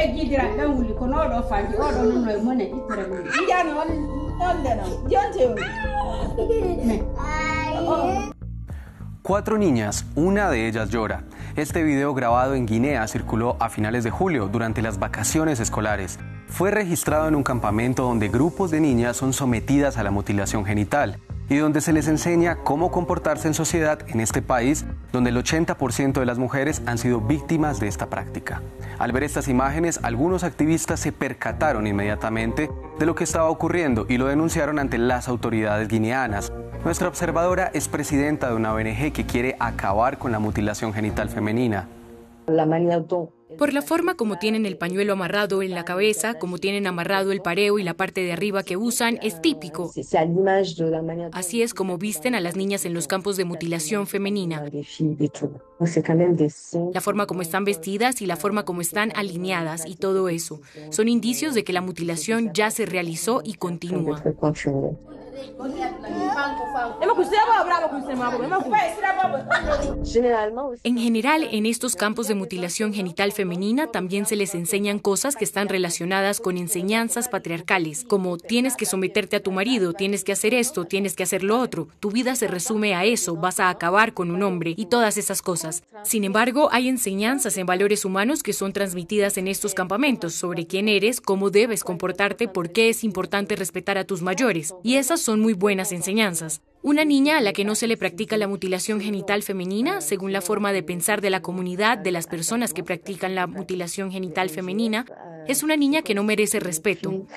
Cuatro niñas, una de ellas llora. Este video grabado en Guinea circuló a finales de julio durante las vacaciones escolares. Fue registrado en un campamento donde grupos de niñas son sometidas a la mutilación genital y donde se les enseña cómo comportarse en sociedad en este país donde el 80% de las mujeres han sido víctimas de esta práctica. Al ver estas imágenes, algunos activistas se percataron inmediatamente de lo que estaba ocurriendo y lo denunciaron ante las autoridades guineanas. Nuestra observadora es presidenta de una ONG que quiere acabar con la mutilación genital femenina. Por la forma como tienen el pañuelo amarrado en la cabeza, como tienen amarrado el pareo y la parte de arriba que usan, es típico. Así es como visten a las niñas en los campos de mutilación femenina. La forma como están vestidas y la forma como están alineadas y todo eso son indicios de que la mutilación ya se realizó y continúa. En general, en estos campos de mutilación genital femenina también se les enseñan cosas que están relacionadas con enseñanzas patriarcales, como tienes que someterte a tu marido, tienes que hacer esto, tienes que hacer lo otro, tu vida se resume a eso, vas a acabar con un hombre y todas esas cosas. Sin embargo, hay enseñanzas en valores humanos que son transmitidas en estos campamentos sobre quién eres, cómo debes comportarte, por qué es importante respetar a tus mayores, y esas son muy buenas enseñanzas. Una niña a la que no se le practica la mutilación genital femenina, según la forma de pensar de la comunidad de las personas que practican la mutilación genital femenina, es una niña que no merece respeto.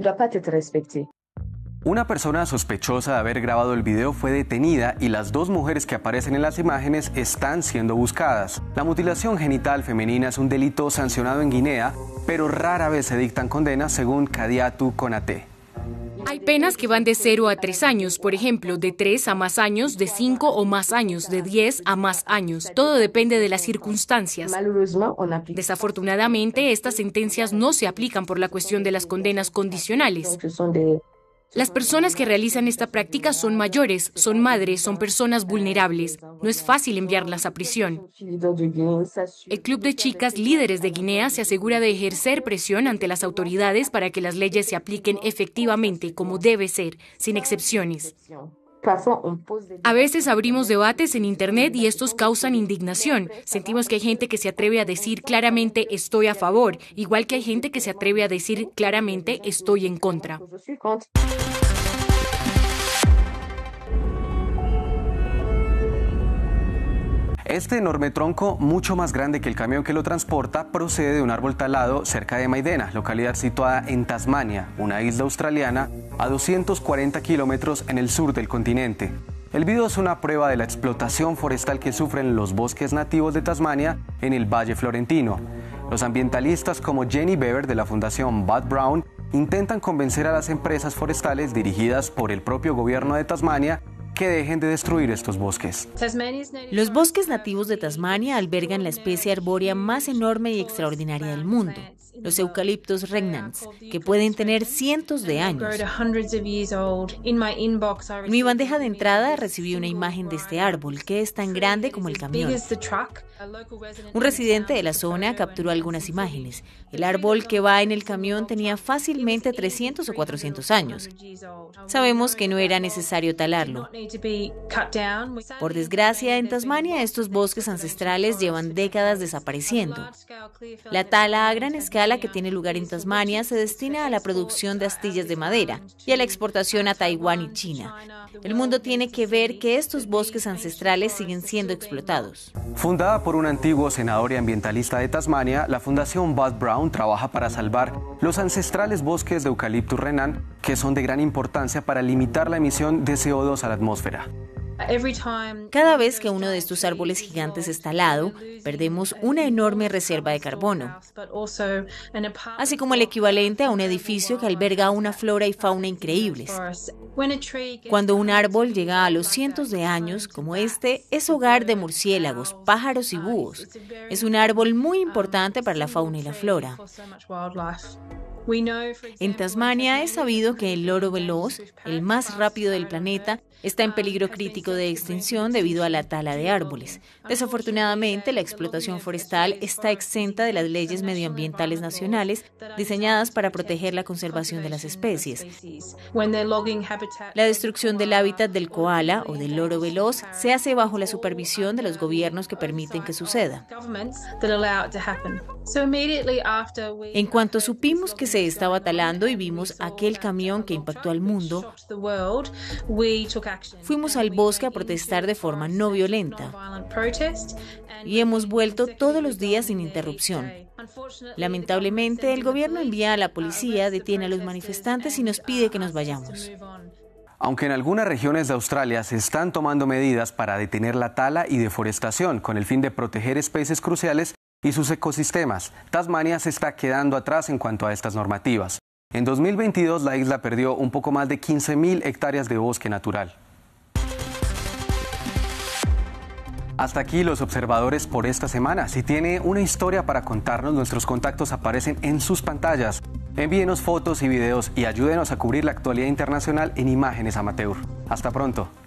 Una persona sospechosa de haber grabado el video fue detenida y las dos mujeres que aparecen en las imágenes están siendo buscadas. La mutilación genital femenina es un delito sancionado en Guinea, pero rara vez se dictan condenas según Kadiatu Konate. Hay penas que van de 0 a 3 años, por ejemplo, de 3 a más años, de 5 o más años, de 10 a más años. Todo depende de las circunstancias. Desafortunadamente, estas sentencias no se aplican por la cuestión de las condenas condicionales. Las personas que realizan esta práctica son mayores, son madres, son personas vulnerables. No es fácil enviarlas a prisión. El Club de Chicas Líderes de Guinea se asegura de ejercer presión ante las autoridades para que las leyes se apliquen efectivamente, como debe ser, sin excepciones. A veces abrimos debates en Internet y estos causan indignación. Sentimos que hay gente que se atreve a decir claramente estoy a favor, igual que hay gente que se atreve a decir claramente estoy en contra. Este enorme tronco, mucho más grande que el camión que lo transporta, procede de un árbol talado cerca de Maidena, localidad situada en Tasmania, una isla australiana a 240 kilómetros en el sur del continente. El video es una prueba de la explotación forestal que sufren los bosques nativos de Tasmania en el Valle Florentino. Los ambientalistas como Jenny Bever de la Fundación Bud Brown intentan convencer a las empresas forestales dirigidas por el propio gobierno de Tasmania que dejen de destruir estos bosques. Los bosques nativos de Tasmania albergan la especie arbórea más enorme y extraordinaria del mundo, los eucaliptos regnans, que pueden tener cientos de años. En mi bandeja de entrada recibí una imagen de este árbol, que es tan grande como el camión. Un residente de la zona capturó algunas imágenes. El árbol que va en el camión tenía fácilmente 300 o 400 años. Sabemos que no era necesario talarlo. Por desgracia, en Tasmania estos bosques ancestrales llevan décadas desapareciendo. La tala a gran escala que tiene lugar en Tasmania se destina a la producción de astillas de madera y a la exportación a Taiwán y China. El mundo tiene que ver que estos bosques ancestrales siguen siendo explotados. Fundada por un antiguo senador y ambientalista de Tasmania, la Fundación Bud Brown trabaja para salvar los ancestrales bosques de Eucaliptus renan, que son de gran importancia para limitar la emisión de CO2 a la atmósfera. Cada vez que uno de estos árboles gigantes es talado, perdemos una enorme reserva de carbono, así como el equivalente a un edificio que alberga una flora y fauna increíbles. Cuando un árbol llega a los cientos de años, como este, es hogar de murciélagos, pájaros y búhos. Es un árbol muy importante para la fauna y la flora. En Tasmania es sabido que el loro veloz, el más rápido del planeta, está en peligro crítico de extinción debido a la tala de árboles. Desafortunadamente, la explotación forestal está exenta de las leyes medioambientales nacionales diseñadas para proteger la conservación de las especies. La destrucción del hábitat del koala o del loro veloz se hace bajo la supervisión de los gobiernos que permiten que suceda. En cuanto supimos que se estaba talando y vimos aquel camión que impactó al mundo, fuimos al bosque a protestar de forma no violenta y hemos vuelto todos los días sin interrupción. Lamentablemente, el gobierno envía a la policía, detiene a los manifestantes y nos pide que nos vayamos. Aunque en algunas regiones de Australia se están tomando medidas para detener la tala y deforestación con el fin de proteger especies cruciales y sus ecosistemas, Tasmania se está quedando atrás en cuanto a estas normativas. En 2022, la isla perdió un poco más de 15.000 hectáreas de bosque natural. Hasta aquí los observadores por esta semana. Si tiene una historia para contarnos, nuestros contactos aparecen en sus pantallas. Envíenos fotos y videos y ayúdenos a cubrir la actualidad internacional en Imágenes Amateur. Hasta pronto.